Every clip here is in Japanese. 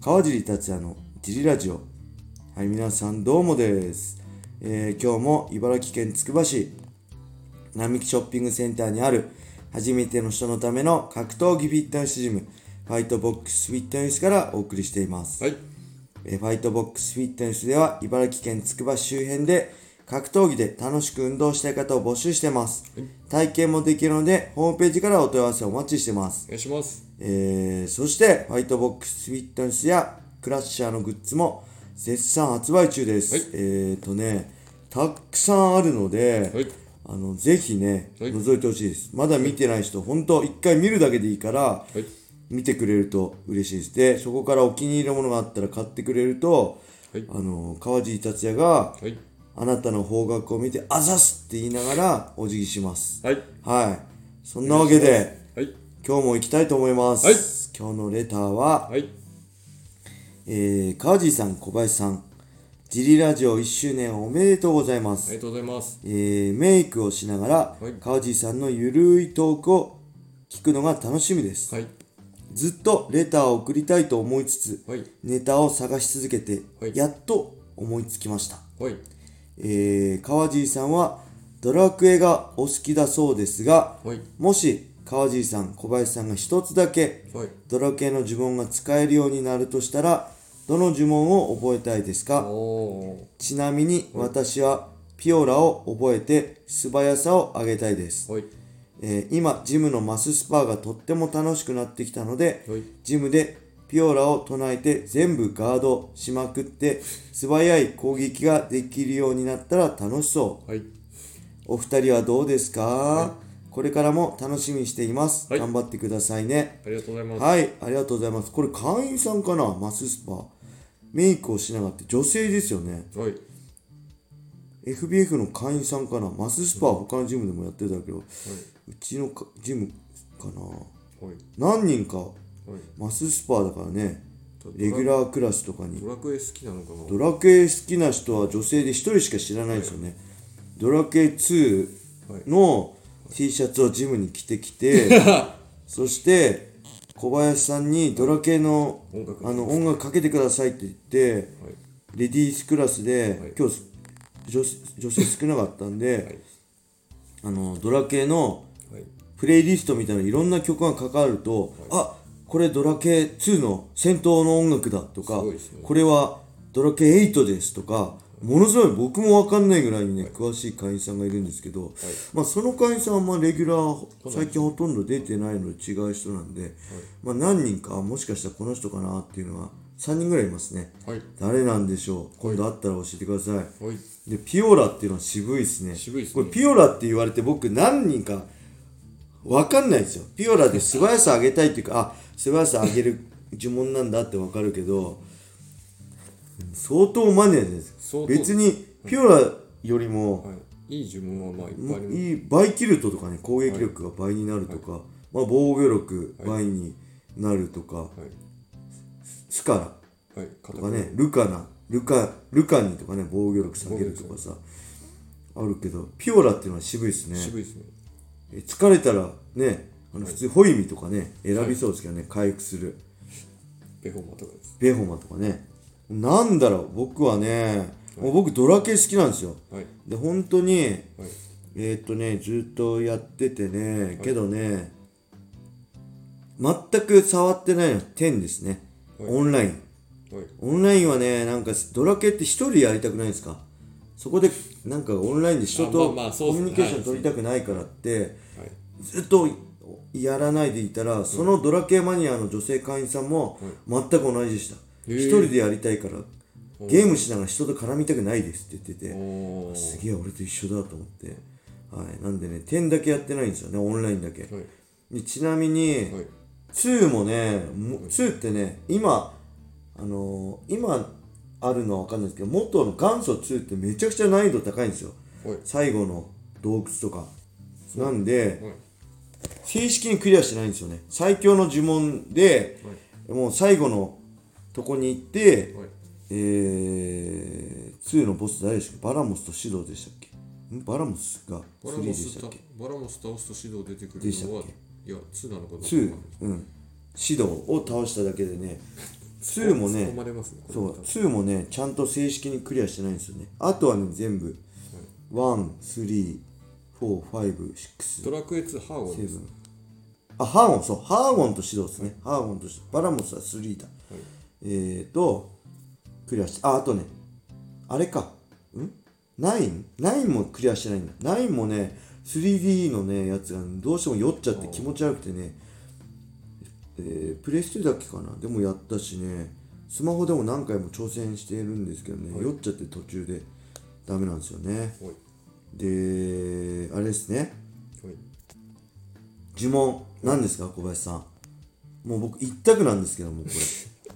川尻達也のジリラジオ。はい、皆さんどうもです。今日も茨城県つくば市並木ショッピングセンターにある初めての人のための格闘技フィットネスジム、ファイトボックスフィットネスからお送りしています。 はい。 ファイトボックスフィットネスでは茨城県つくば市周辺で格闘技で楽しく運動したい方を募集してます。体験もできるのでホームページからお問い合わせをお待ちしてます。 お願いします。 そしてファイトボックスフィットネスやクラッシャーのグッズも絶賛発売中です。 はい。 たくさんあるので、 はい。 ぜひね、 はい。 覗いてほしいです。まだ見てない人、本当一回見るだけでいいから、 はい。 見てくれると嬉しいです。で、そこからお気に入りのものがあったら買ってくれると、 はい。 川尻達也がはい。 あなたの方角を見てあざすって言いながらお辞儀します。 はい。 はい。そんなわけで、 はい。 今日も行きたいと思います。 はい。 今日のレターは、 はい。 川尻さん、小林さん、ジリラジオ1周年おめでとうございます。 ありがとうございます。 メイクをしながら、 はい。 川尻さんのゆるいトークを聞くのが楽しみです。 はい。 ずっとレターを送りたいと思いつつ、 はい。 ネタを探し続けて、 はい。 やっと思いつきました。 はい。 川尻さんはドラクエがお好きだそうですが、 はい。 もし川尻さん、小林さんが一つだけはい。 ドラクエの呪文が使えるようになるとしたら、どの呪文を覚えたいですか？ちなみに私はピオラを覚えて素早さを上げたいです。 はい。 今、ジムのマススパーがとっても楽しくなってきたので、 はい。 ジムでピオラを唱えて全部ガードしまくって素早い攻撃ができるようになったら楽しそう。 はい。 お二人はどうですか？ はい。 これからも楽しみにしています。 はい。 頑張ってくださいね。 ありがとうございます。 はい、ありがとうございます。これ会員さんかな？マススパ。メイクをしながらって女性ですよね。 はい。 FBF の会員さんかな？マススパは他のジムでもやってたけど、うちのジムかな？ はい。 何人かはい。 マススパだからね、レギュラークラスとかに。 ドラクエ好きなのかな。 ドラクエ好きな人は女性で一人しか知らないですよね。ドラクエ2の T シャツをジムに着てきて、そして小林さんにドラクエの音楽かけてくださいって言って、 はい。 レディースクラスで、 はい。 今日女性少なかったんで、ドラクエのはい。 プレイリストみたいないろんな曲がかかると、あ、これドラクエ2の戦闘の音楽だとか、 すごいですね。 これはドラクエ8ですとか、ものすごい僕もわかんないぐらいにね、詳しい会員さんがいるんですけど、その会員さんはレギュラー最近ほとんど出てないので違う人なんで、何人かもしかしたらこの人かなっていうのは3人ぐらいいますね。 はい。 誰なんでしょう？今度会ったら教えてください。 はい。 で、ピオラっていうのは渋いですね。 渋いですね。 これピオラって言われて僕何人かわかんないですよ。ピオラで素早さ上げたいっていうか、あ、素早さ上げる呪文なんだってわかるけど、相当マニアです。別にピオラよりも、 はい。いい呪文はまあいっぱいあります。 いいバイキルトとかね、攻撃力が倍になるとか、まあ防御力倍になるとか、 はい。 スカラはい。 とかね、ルカニとかね、防御力下げるとかさ、あるけど、ピオラっていうのは渋いですね。 渋いですね。 疲れたらね、普通ホイミとかね、選びそうですけどね、回復する。 ベホマとかです。 ベホマとかね。なんだろう、僕はね、もう僕ドラケ好きなんですよ。 はい。 で、本当に、 はい。 ずっとやっててね、けどね、全く触ってないのは10ですね。オンライン。オンラインはね、なんかドラケって一人でやりたくないですか？そこでなんかオンラインで人とコミュニケーション取りたくないからって、ずっとやらないでいたら、そのドラケマニアの女性会員さんも全く同じでした。一人でやりたいから、ゲームしながら人と絡みたくないですって言ってて、すげえ俺と一緒だと思って。はい。なんでね、10だけやってないんですよね、オンラインだけ。でちなみに、2もね、2ってね、今あるのは分かんないですけど、元の元祖2ってめちゃくちゃ難易度高いんですよ。最後の洞窟とか。なんで、正式にクリアしてないんですよね。最強の呪文で、もう最後のとこに行って、2のボス誰でしたっけ？バラモスとシドでしたっけ？バラモスが3でしたっけ？ バラモス倒すとシド出てくるのは、いや、2なのかどうか。 2、シドを倒しただけでね、 2もね突っ込まれますねこれそう2もねちゃんと正式にクリアしてないんですよね。あとはね全部1、3、4、5、6、 ドラクエ2ハーゴンです 7。あ、ハーゴン、そう、ハーゴンとシドですね。ハーゴンとシド。バラモスは3だ。クリアして、あとね、あれか。9もクリアしてないんだ。9もね、3D のね、やつがどうしても酔っちゃって気持ち悪くてね、プレイステだっけかな。でもやったしね、スマホでも何回も挑戦しているんですけどね、酔っちゃって途中でダメなんですよね。で、あれですね。呪文、何ですか、小林さん。もう僕一択なんですけども、これ。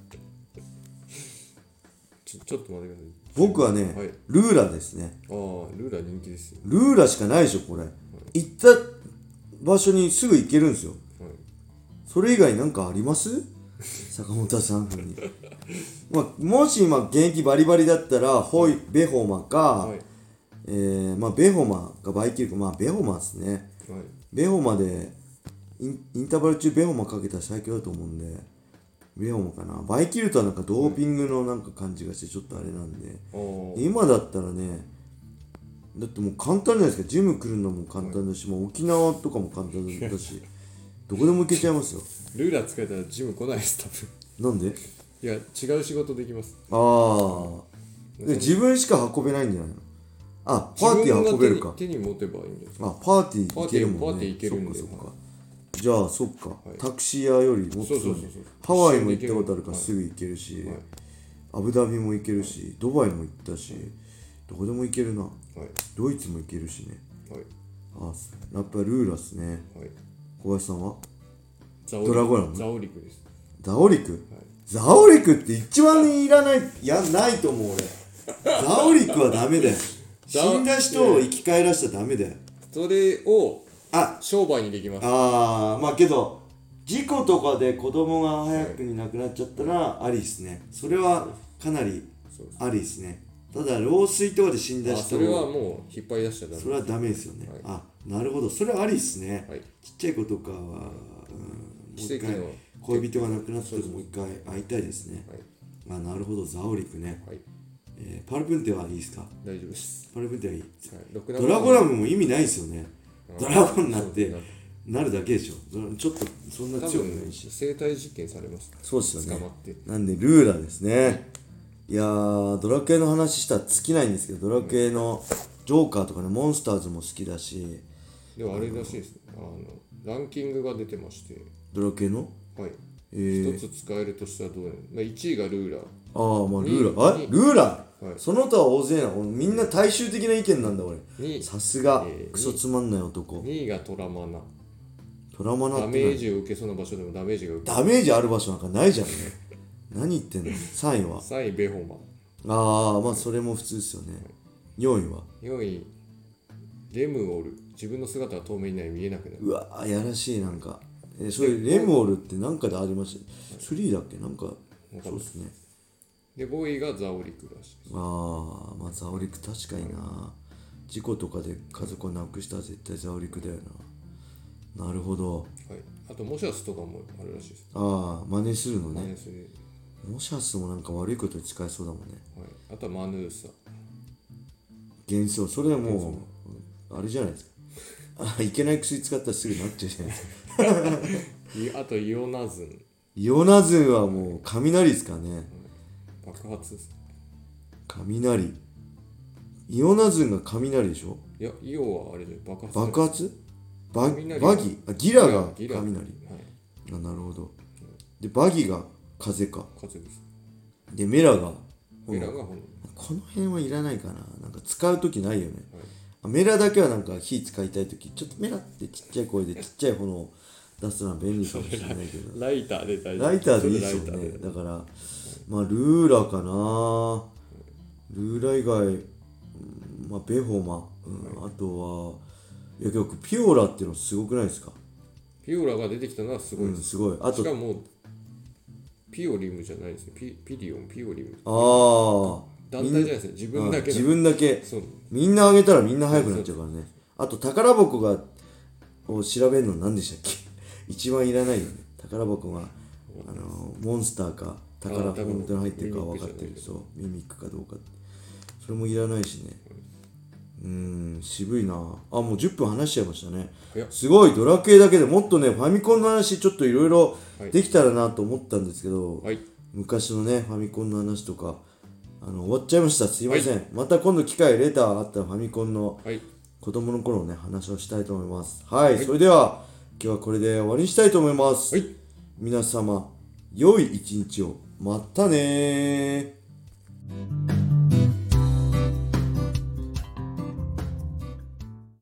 ちょっと待ってください。 僕はね、ルーラですね。 ルーラ人気ですよ。 ルーラしかないでしょ、これ。行った場所にすぐ行けるんですよ。それ以外なんかあります坂本さん風に。もし今現役バリバリだったら、ベホマか、ベホマがバイキルか、ベホマですね。ベホマで、インターバル中ベホマかけたら最強だと思うんで、ベホマかな。バイキルとはなんかドーピングのなんか感じがしてちょっとあれなんで、今だったらね、だってもう簡単じゃないですか。ジム来るのも簡単だし、もう沖縄とかも簡単だし、どこでも行けちゃいますよ。 ルーラー使えたらジム来ないです、多分。なんで？ いや、違う仕事できます。 自分しか運べないんじゃないの？パーティー運べるか。 手に持てばいいんですか。 パーティー行けるもんね。 パーティー行けるんで。 そっか。じゃあそっか、タクシー屋よりもっとね、ハワイも行ったことあるからすぐ行けるし、アブダビも行けるし、ドバイも行ったし、どこでも行けるな。ドイツも行けるしね。やっぱりルーラっすね。小林さんはドラゴラム？ ザオリクです。 ザオリク？ザオリクって一番いらない、ないと思う俺。ザオリクはダメだよ。死んだ人を生き返らせちゃダメだよ。 それを商売にできます。 けど事故とかで子供が早くに亡くなっちゃったらありっすね。それはかなりありっすね。ただ老衰とかで死んだ人それはもう引っ張り出しちゃダメ。 それはダメですよね。なるほど、それはありっすね。ちっちゃい子とかはもう一回恋人が亡くなった時もう一回会いたいですね。なるほど、ザオリクね。パルプンテはいいですか？ 大丈夫です。 パルプンテはいい。ドラゴラムも意味ないですよね。ドラゴンになってなるだけでしょ。ちょっとそんな強くないし。 生体実験されます。 そうですよね。なんでルーラですね。いやー、ドラクエの話したら尽きないんですけど、ドラクエのジョーカーとかね、モンスターズも好きだし。 でもあれらしいです。ランキングが出てまして。 ドラクエの？ 一つ使えるとしたらどうなの？1位がルーラー。 ルーラー。ルーラー、その他は大勢な。みんな大衆的な意見なんだ俺。さすが、クソつまんない男。 2位がトラマナ。 トラマナってダメージを受けそうな場所でもダメージが受けダメージある場所なんかないじゃんね。何言ってんの。3位は 3位ベホマ。 それも普通ですよね。4位は 4位レムオル。自分の姿が透明になり見えなくなる。 うわやらしい。なんかそれレムオルって何かでありました。3だっけ。なんかそうですね。 で5位がザオリクらしいです。 ザオリク確かにな。事故とかで家族を亡くしたら絶対ザオリクだよな。なるほど。 あとモシャスとかもあるらしいです。 真似するのね。 真似する。 モシャスもなんか悪いことに使えそうだもんね。 あとはマヌーサ。 幻想。それはもうあれじゃないですか。いけない薬使ったらすぐなっちゃうじゃないですか。 あとイオナズン。 イオナズンはもう雷ですかね。 爆発です。 雷。イオナズンが雷でしょ。 いや、イオはあれで爆発。 爆発？バギギラが雷。なるほど。でバギが風か。 風です。 でメラが炎。 この辺はいらないかな。なんか使う時ないよね。メラだけはなんか火使いたい時ちょっとメラってちっちゃい声でちっちゃい炎を出すのは便利かもしれないけど。 ライターで大丈夫。ライターでいいですよね。だからルーラかな。ルーラ以外ベホマ、あとはいや結構ピオラっていうのすごくないですか。 ピオラが出てきたのはすごいです。 すごい。あとしかもピオリムじゃないですね。ピリオン、ピオリム。団体じゃないですね。自分だけ。 自分だけ。みんなあげたらみんな速くなっちゃうからね。あと宝箱を調べるの何でしたっけ。一番いらないよね。宝箱がモンスターか宝本当に入ってるか分かってる。そうミミックかどうかそれもいらないしね。渋いな。もう10分話しちゃいましたね。すごい。ドラクエだけでもっとねファミコンの話ちょっといろいろできたらなと思ったんですけど、昔のねファミコンの話とか終わっちゃいました。すいません、また今度機会レターあったらファミコンの子供の頃のね話をしたいと思います。それでは今日はこれで終わりにしたいと思います。皆様良い一日を。またねー。